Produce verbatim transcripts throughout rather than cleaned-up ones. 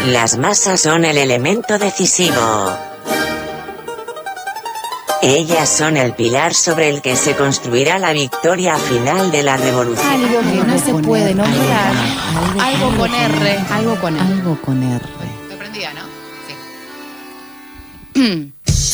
Las masas son el elemento decisivo. Ellas son el pilar sobre el que se construirá la victoria final de la revolución. Algo que no se puede nombrar. Algo con R. Algo con R. Algo con R. Te prendía, ¿no? Sí.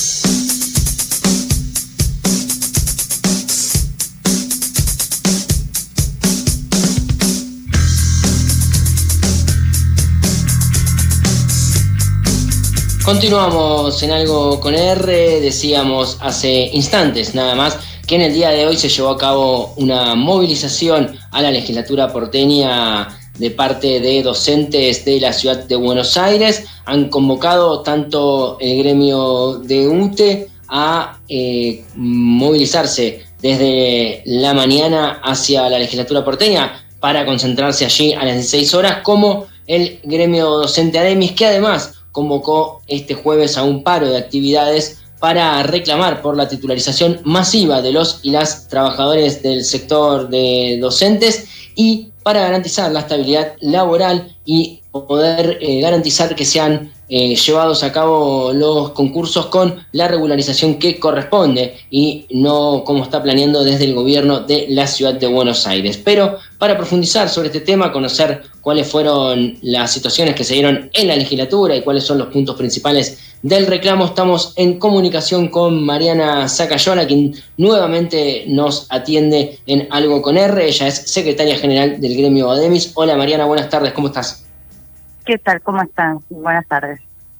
Continuamos en Algo con R. Decíamos hace instantes nada más que en el día de hoy se llevó a cabo una movilización a la legislatura porteña de parte de docentes de la ciudad de Buenos Aires. Han convocado tanto el gremio de U T E a eh, movilizarse desde la mañana hacia la legislatura porteña para concentrarse allí a las dieciséis horas, como el gremio docente ADEMIS, que además convocó este jueves a un paro de actividades para reclamar por la titularización masiva de los y las trabajadores del sector de docentes y para garantizar la estabilidad laboral y poder eh, garantizar que sean eh, llevados a cabo los concursos con la regularización que corresponde y no como está planeando desde el gobierno de la ciudad de Buenos Aires. Pero para profundizar sobre este tema, conocer cuáles fueron las situaciones que se dieron en la legislatura y cuáles son los puntos principales del reclamo, estamos en comunicación con Mariana Zacayola, quien nuevamente nos atiende en Algo con R. Ella es secretaria general del gremio ADEMIS. Hola Mariana, buenas tardes, ¿cómo estás? ¿Qué tal? ¿Cómo están? Buenas tardes.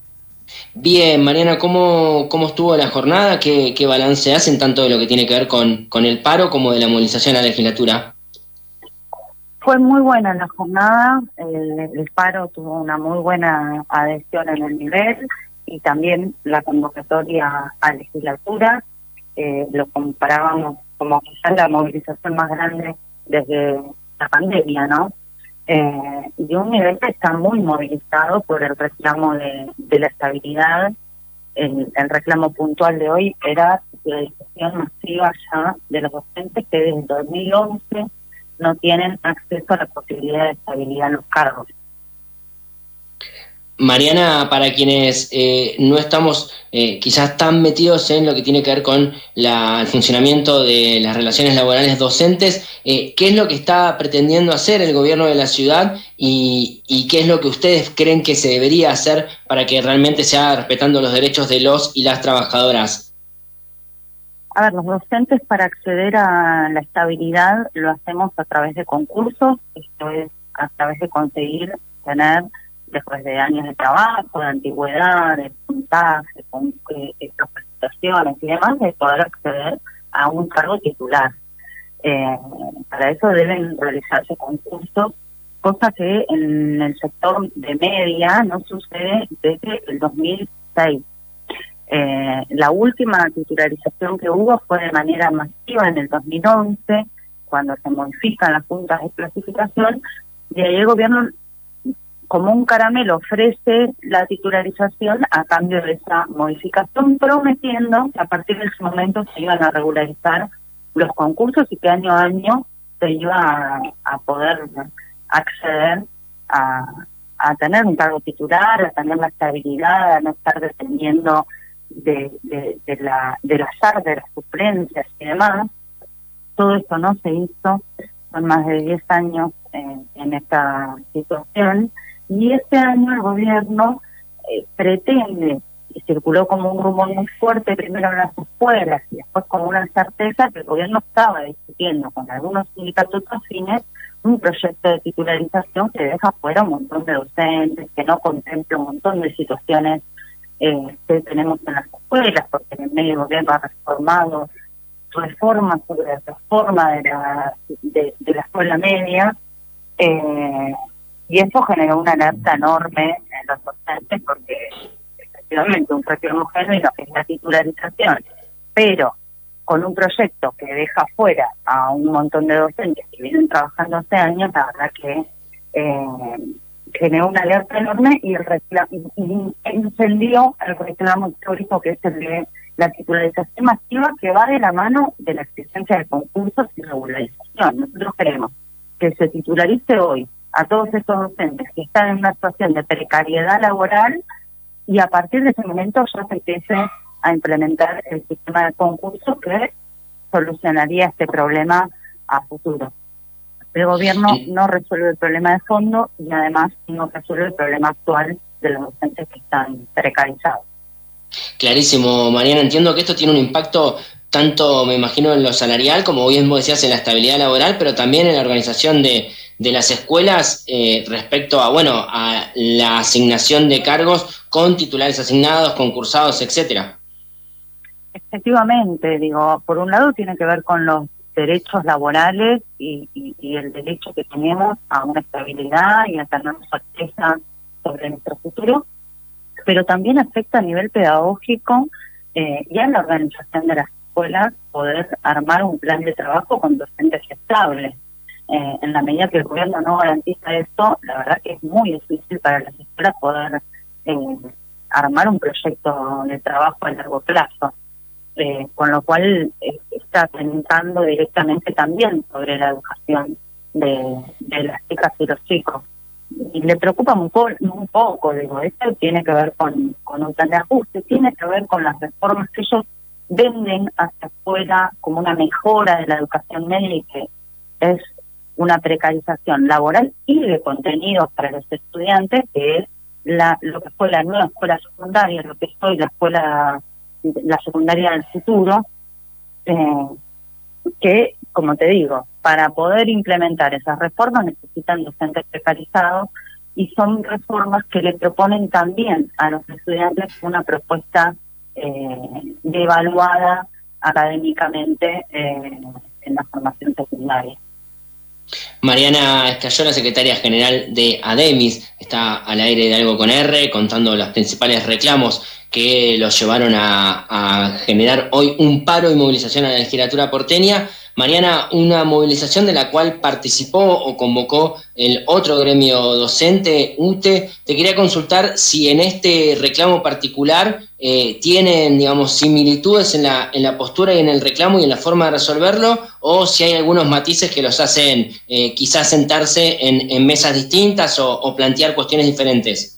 Bien, Mariana, ¿cómo, cómo estuvo la jornada? ¿Qué, qué balance hacen tanto de lo que tiene que ver con, con el paro como de la movilización a la legislatura? Fue muy buena la jornada, el, el paro tuvo una muy buena adhesión en el nivel y también la convocatoria a legislatura, eh, lo comparábamos como quizás la movilización más grande desde la pandemia, ¿no? Eh, y un nivel que está muy movilizado por el reclamo de, de la estabilidad. El, el reclamo puntual de hoy era la discusión masiva ya de los docentes que desde el dos mil once no tienen acceso a la posibilidad de estabilidad en los cargos. Mariana, para quienes eh, no estamos eh, quizás tan metidos en lo que tiene que ver con la, el funcionamiento de las relaciones laborales docentes, eh, ¿qué es lo que está pretendiendo hacer el gobierno de la ciudad y, y qué es lo que ustedes creen que se debería hacer para que realmente se haga respetando los derechos de los y las trabajadoras? A ver, los docentes para acceder a la estabilidad lo hacemos a través de concursos, esto es a través de conseguir tener, después de años de trabajo, de antigüedad, de puntaje, con eh, capacitaciones y demás, de poder acceder a un cargo titular. Eh, para eso deben realizarse concursos, cosa que en el sector de media no sucede desde el dos mil seis. Eh, la última titularización que hubo fue de manera masiva en el dos mil once, cuando se modifican las juntas de clasificación, y ahí el gobierno, como un caramelo, ofrece la titularización a cambio de esa modificación, prometiendo que a partir de ese momento se iban a regularizar los concursos y que año a año se iba a, a poder acceder a, a tener un cargo titular, a tener la estabilidad, a no estar dependiendo de, de, de la del azar de las suplencias y demás. Todo esto no se hizo, son más de diez años en, en esta situación, y este año el gobierno eh, pretende, y circuló como un rumor muy fuerte primero en las escuelas y después como una certeza, que el gobierno estaba discutiendo con algunos sindicatos afines un proyecto de titularización que deja fuera un montón de docentes, que no contempla un montón de situaciones eh, que tenemos en las escuelas, porque en el medio gobierno ha reformado reforma sobre la reforma de la, de, de la escuela media, eh, y eso generó una alerta enorme en los docentes, porque efectivamente un reclamo genuino es la titularización, pero con un proyecto que deja fuera a un montón de docentes que vienen trabajando hace años, la verdad que eh, generó una alerta enorme y, el reclamo, y, y encendió el reclamo histórico, que es el de la titularización masiva, que va de la mano de la existencia de concursos y regularización. Nosotros queremos que se titularice hoy a todos estos docentes que están en una situación de precariedad laboral y a partir de ese momento ya se empiece a implementar el sistema de concurso que solucionaría este problema a futuro. El gobierno no resuelve el problema de fondo y además no resuelve el problema actual de los docentes que están precarizados. Clarísimo, Mariana. Entiendo que esto tiene un impacto tanto, me imagino, en lo salarial, como bien vos decías, en la estabilidad laboral, pero también en la organización de, de las escuelas eh, respecto a, bueno, a la asignación de cargos con titulares asignados, concursados, etcétera. Efectivamente, digo, por un lado tiene que ver con los derechos laborales y, y, y el derecho que tenemos a una estabilidad y a tener certeza sobre nuestro futuro, pero también afecta a nivel pedagógico eh, y a la organización de las escuelas poder armar un plan de trabajo con docentes estables. Eh, en la medida que el gobierno no garantiza esto, la verdad que es muy difícil para las escuelas poder eh, armar un proyecto de trabajo a largo plazo. Eh, con lo cual eh, está atentando directamente también sobre la educación de, de las chicas y los chicos. Y le preocupa un, po un poco, digo, esto tiene que ver con, con un plan de ajuste, tiene que ver con las reformas que ellos venden hacia afuera como una mejora de la educación media y que es una precarización laboral y de contenidos para los estudiantes, que es la, lo que fue la nueva escuela secundaria, lo que es hoy la escuela la secundaria del futuro, eh, que, como te digo, para poder implementar esas reformas necesitan docentes precarizados y son reformas que le proponen también a los estudiantes una propuesta eh, devaluada académicamente eh, en la formación secundaria. Mariana Escayola, secretaria general de ADEMIS, está al aire de Algo con R, contando los principales reclamos que los llevaron a, a generar hoy un paro y movilización a la legislatura porteña. Mariana, una movilización de la cual participó o convocó el otro gremio docente, U T E. Te quería consultar si en este reclamo particular eh, tienen, digamos, similitudes en la, en la postura y en el reclamo y en la forma de resolverlo, o si hay algunos matices que los hacen eh, quizás sentarse en, en mesas distintas o, o plantear cuestiones diferentes.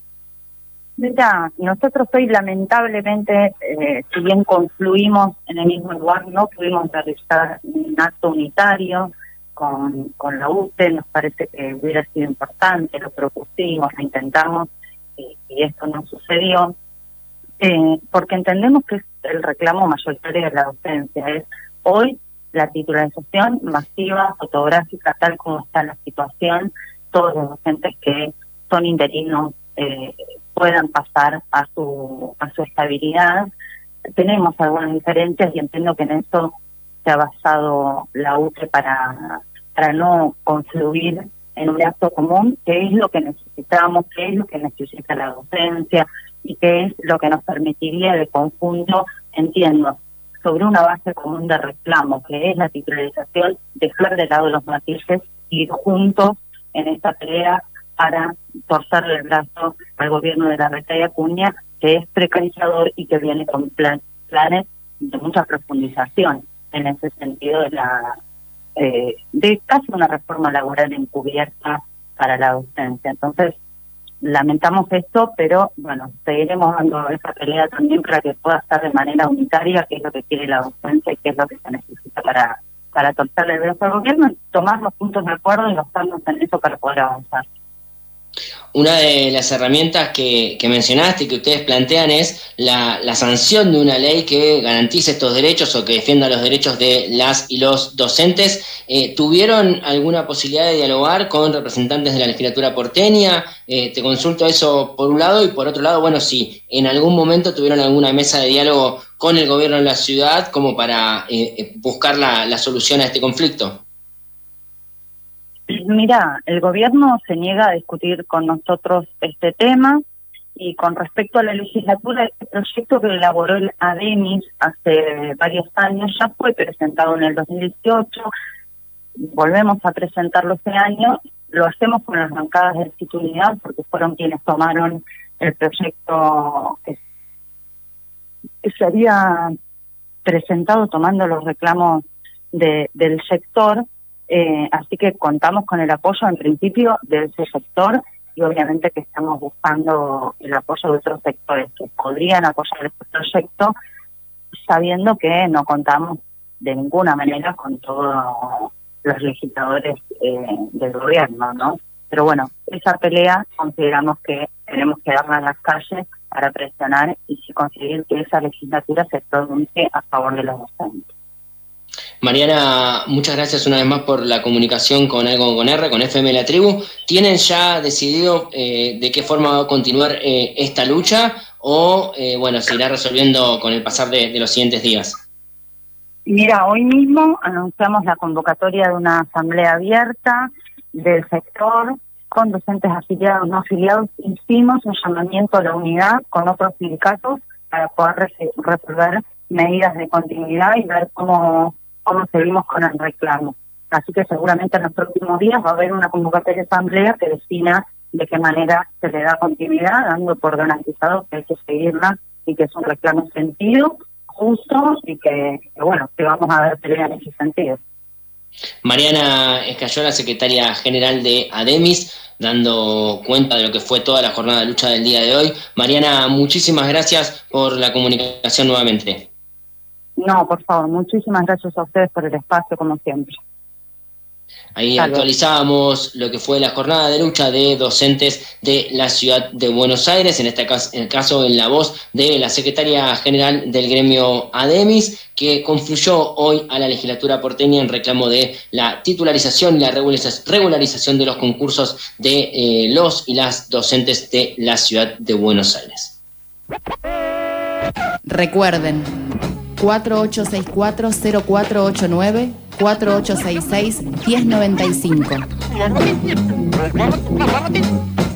Mira, nosotros hoy lamentablemente, eh, si bien confluimos en el mismo lugar, no pudimos realizar un acto unitario con, con la U T E, nos parece que hubiera sido importante, lo propusimos, lo intentamos y, y esto no sucedió, eh, porque entendemos que es el reclamo mayoritario de la docencia, es hoy la titularización masiva, fotográfica, tal como está la situación, todos los docentes que son interinos, eh, puedan pasar a su a su estabilidad. Tenemos algunas diferencias y entiendo que en eso se ha basado la U T E para, para no confluir en un acto común, que es lo que necesitamos, que es lo que necesita la docencia y que es lo que nos permitiría de conjunto, entiendo, sobre una base común de reclamo, que es la titularización, dejar de lado los matices y ir juntos en esta pelea para torcerle el brazo al gobierno de la Reta y Acuña, que es precarizador y que viene con plan, planes de mucha profundización en ese sentido de la eh, de casi una reforma laboral encubierta para la docencia. Entonces, lamentamos esto, pero bueno, seguiremos dando esa pelea también para que pueda estar de manera unitaria, que es lo que quiere la docencia y que es lo que se necesita para, para torcerle el brazo al gobierno, tomar los puntos de acuerdo y basarnos en eso para poder avanzar. Una de las herramientas que, que mencionaste y que ustedes plantean es la, la sanción de una ley que garantice estos derechos o que defienda los derechos de las y los docentes. Eh, ¿Tuvieron alguna posibilidad de dialogar con representantes de la legislatura porteña? Eh, te consulto eso por un lado, y por otro lado, bueno, si en algún momento tuvieron alguna mesa de diálogo con el gobierno de la ciudad como para eh, buscar la, la solución a este conflicto. Mira, el gobierno se niega a discutir con nosotros este tema y con respecto a la legislatura, este proyecto que elaboró el ADEMIS hace varios años ya fue presentado en el dos mil dieciocho, volvemos a presentarlo este año, lo hacemos con las bancadas de titularidad porque fueron quienes tomaron el proyecto que, que se había presentado tomando los reclamos de, del sector. Eh, así que contamos con el apoyo en principio de ese sector y obviamente que estamos buscando el apoyo de otros sectores que podrían apoyar este proyecto, sabiendo que no contamos de ninguna manera con todos los legisladores eh, del gobierno, ¿no? Pero bueno, esa pelea consideramos que tenemos que darla en las calles para presionar y si conseguir que esa legislatura se pronuncie a favor de los docentes. Mariana, muchas gracias una vez más por la comunicación con Algo con R, con F M La Tribu. ¿Tienen ya decidido eh, de qué forma va a continuar eh, esta lucha o, eh, bueno, se irá resolviendo con el pasar de, de los siguientes días? Mira, hoy mismo anunciamos la convocatoria de una asamblea abierta del sector con docentes afiliados no afiliados. Hicimos un llamamiento a la unidad con otros sindicatos para poder re- resolver medidas de continuidad y ver cómo, cómo seguimos con el reclamo. Así que seguramente en los próximos días va a haber una convocatoria de asamblea que defina de qué manera se le da continuidad, dando por garantizado que hay que seguirla y que es un reclamo sentido, justo y que, que bueno, que vamos a ver pelea en ese sentido. Mariana Escayola, secretaria general de ADEMIS, dando cuenta de lo que fue toda la jornada de lucha del día de hoy. Mariana, muchísimas gracias por la comunicación nuevamente. No, por favor, muchísimas gracias a ustedes por el espacio, como siempre. Ahí Salve. Actualizábamos lo que fue la jornada de lucha de docentes de la ciudad de Buenos Aires, en este caso, en el caso en la voz de la secretaria general del gremio ADEMIS, que confluyó hoy a la legislatura porteña en reclamo de la titularización y la regularización de los concursos de eh, los y las docentes de la ciudad de Buenos Aires. Recuerden, cuatro ocho seis cuatro cero cuatro ocho nueve, cuatro ocho seis seis uno cero nueve cinco.